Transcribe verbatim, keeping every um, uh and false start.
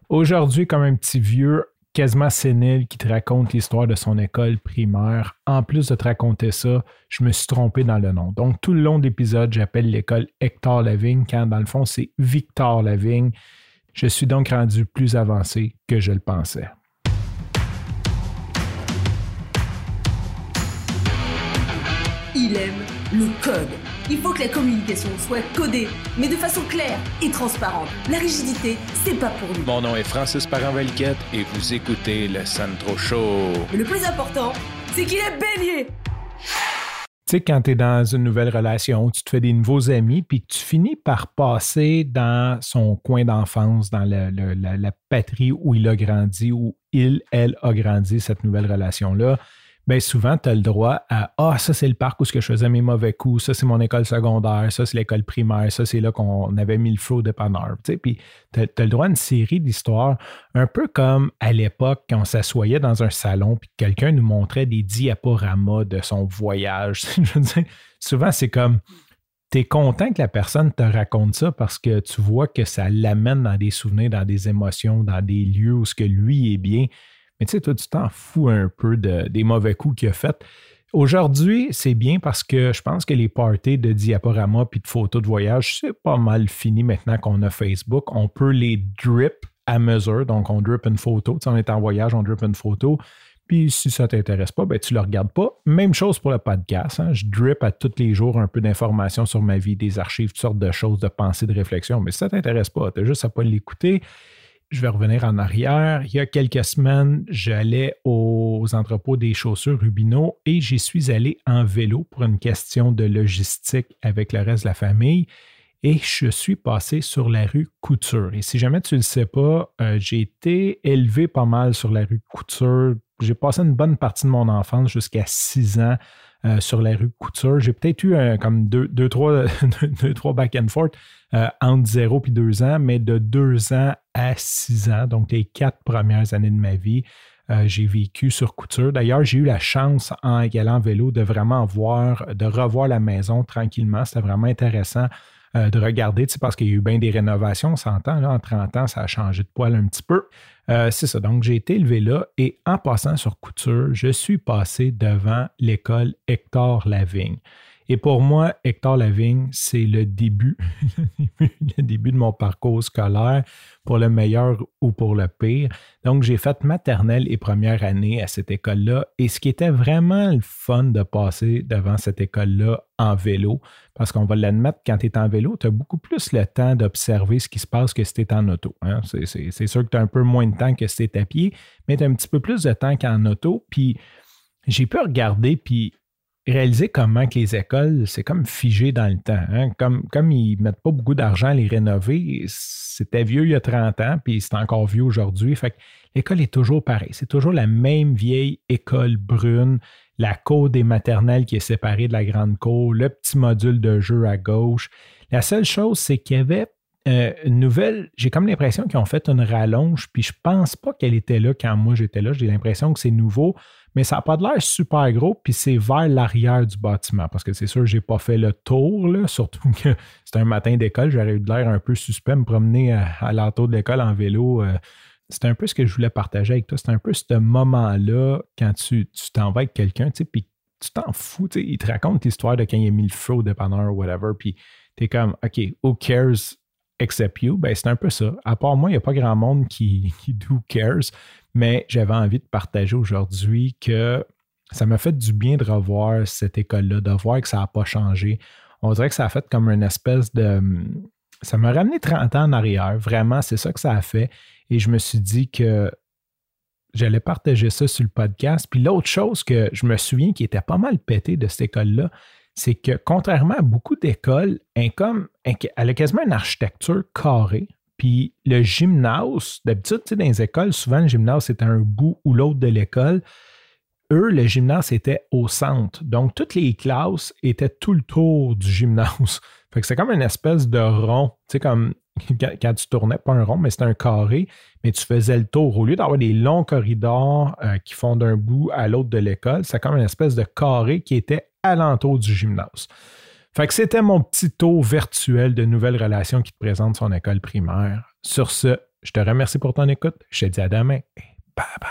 Aujourd'hui, comme un petit vieux quasiment sénile qui te raconte l'histoire de son école primaire, en plus de te raconter ça, je me suis trompé dans le nom. Donc, tout le long de l'épisode, j'appelle l'école Hector Lavigne, quand dans le fond, c'est Victor Lavigne. Je suis donc rendu plus avancé que je le pensais. Il aime le code. Il faut que la communication soit codée, mais de façon claire et transparente. La rigidité, c'est pas pour lui. Mon nom est Francis Parent-Valquette et vous écoutez le Sandro Show. Mais le plus important, c'est qu'il est bélier. Tu sais, quand tu es dans une nouvelle relation, tu te fais des nouveaux amis, puis que tu finis par passer dans son coin d'enfance, dans le, le, la, la patrie où il a grandi, où il, elle a grandi, cette nouvelle relation-là. Bien souvent, tu as le droit à « Ah, ça, c'est le parc où je faisais mes mauvais coups, ça, c'est mon école secondaire, ça, c'est l'école primaire, ça, c'est là qu'on avait mis le feu au dépanneur. » Tu sais, puis tu as le droit à une série d'histoires, un peu comme à l'époque, quand on s'assoyait dans un salon, puis quelqu'un nous montrait des diaporamas de son voyage. Je veux dire, souvent, c'est comme, tu es content que la personne te raconte ça parce que tu vois que ça l'amène dans des souvenirs, dans des émotions, dans des lieux où ce que lui est bien. Mais tu sais, toi, tu t'en fous un peu de, des mauvais coups qu'il a fait. Aujourd'hui, c'est bien parce que je pense que les parties de diaporama puis de photos de voyage, c'est pas mal fini maintenant qu'on a Facebook. On peut les drip à mesure. Donc, on drip une photo. Tu sais, on est en voyage, on drip une photo. Puis, si ça ne t'intéresse pas, ben, tu ne le regardes pas. Même chose pour le podcast. Hein. Je drip à tous les jours un peu d'informations sur ma vie, des archives, toutes sortes de choses, de pensées, de réflexions. Mais si ça ne t'intéresse pas, tu as juste à pas l'écouter. Je vais revenir en arrière. Il y a quelques semaines, j'allais aux entrepôts des chaussures Rubino et j'y suis allé en vélo pour une question de logistique avec le reste de la famille et je suis passé sur la rue Couture. Et si jamais tu ne le sais pas, euh, j'ai été élevé pas mal sur la rue Couture. J'ai passé une bonne partie de mon enfance jusqu'à six ans euh, sur la rue Couture. J'ai peut-être eu un, comme deux, deux, trois, deux, trois back and forth euh, entre zéro et deux ans, mais de deux ans à six ans, donc les quatre premières années de ma vie, euh, j'ai vécu sur Couture. D'ailleurs, j'ai eu la chance en y allant en vélo de vraiment voir, de revoir la maison tranquillement. C'était vraiment intéressant euh, de regarder, tu sais, parce qu'il y a eu bien des rénovations, on s'entend, là, en trente ans, ça a changé de poil un petit peu. Euh, c'est ça, donc j'ai été élevé là et en passant sur Couture, je suis passé devant l'école Hector Lavigne. Et pour moi, Hector Lavigne, c'est le début, le début de mon parcours scolaire, pour le meilleur ou pour le pire. Donc, j'ai fait maternelle et première année à cette école-là. Et ce qui était vraiment le fun de passer devant cette école-là en vélo, parce qu'on va l'admettre, quand tu es en vélo, tu as beaucoup plus le temps d'observer ce qui se passe que si tu es en auto. Hein? C'est, c'est, c'est sûr que tu as un peu moins de temps que si tu es à pied, mais tu as un petit peu plus de temps qu'en auto. Puis, j'ai pu regarder, puis réaliser comment que les écoles, c'est comme figé dans le temps. Hein? Comme, comme ils ne mettent pas beaucoup d'argent à les rénover, c'était vieux il y a trente ans, puis c'est encore vieux aujourd'hui. Fait que l'école est toujours pareille. C'est toujours la même vieille école brune, la cour des maternelles qui est séparée de la grande cour, le petit module de jeu à gauche. La seule chose, c'est qu'il y avait euh, une nouvelle, j'ai comme l'impression qu'ils ont fait une rallonge, puis je pense pas qu'elle était là quand moi j'étais là. J'ai l'impression que c'est nouveau. Mais ça n'a pas de l'air super gros, puis c'est vers l'arrière du bâtiment. Parce que c'est sûr, je n'ai pas fait le tour, là, surtout que c'était un matin d'école, j'aurais eu de l'air un peu suspect, me promener à, à l'entour de l'école en vélo. Euh, c'est un peu ce que je voulais partager avec toi. C'est un peu ce moment-là, quand tu, tu t'en vas avec quelqu'un, tu sais, puis tu t'en fous, tu sais, il te raconte l'histoire de quand il a mis le feu au dépanneur ou whatever, puis tu es comme, OK, who cares except you? Ben, c'est un peu ça. À part moi, il n'y a pas grand monde qui, qui do cares. Mais j'avais envie de partager aujourd'hui que ça m'a fait du bien de revoir cette école-là, de voir que ça n'a pas changé. On dirait que ça a fait comme une espèce de... Ça m'a ramené trente ans en arrière. Vraiment, c'est ça que ça a fait. Et je me suis dit que j'allais partager ça sur le podcast. Puis l'autre chose que je me souviens qui était pas mal pété de cette école-là, c'est que contrairement à beaucoup d'écoles, elle, comme, elle a quasiment une architecture carrée. Puis le gymnase, d'habitude, tu sais, dans les écoles, souvent le gymnase était un bout ou l'autre de l'école. Eux, le gymnase était au centre. Donc, toutes les classes étaient tout le tour du gymnase. Fait que c'est comme une espèce de rond. Tu sais, comme quand, quand tu tournais, pas un rond, mais c'était un carré, mais tu faisais le tour. Au lieu d'avoir des longs corridors euh, qui font d'un bout à l'autre de l'école, c'est comme une espèce de carré qui était alentour du gymnase. Fait que c'était mon petit tour virtuel de nouvelles relations qui te présente son école primaire. Sur ce, Je te remercie pour ton écoute. Je te dis à demain et bye bye.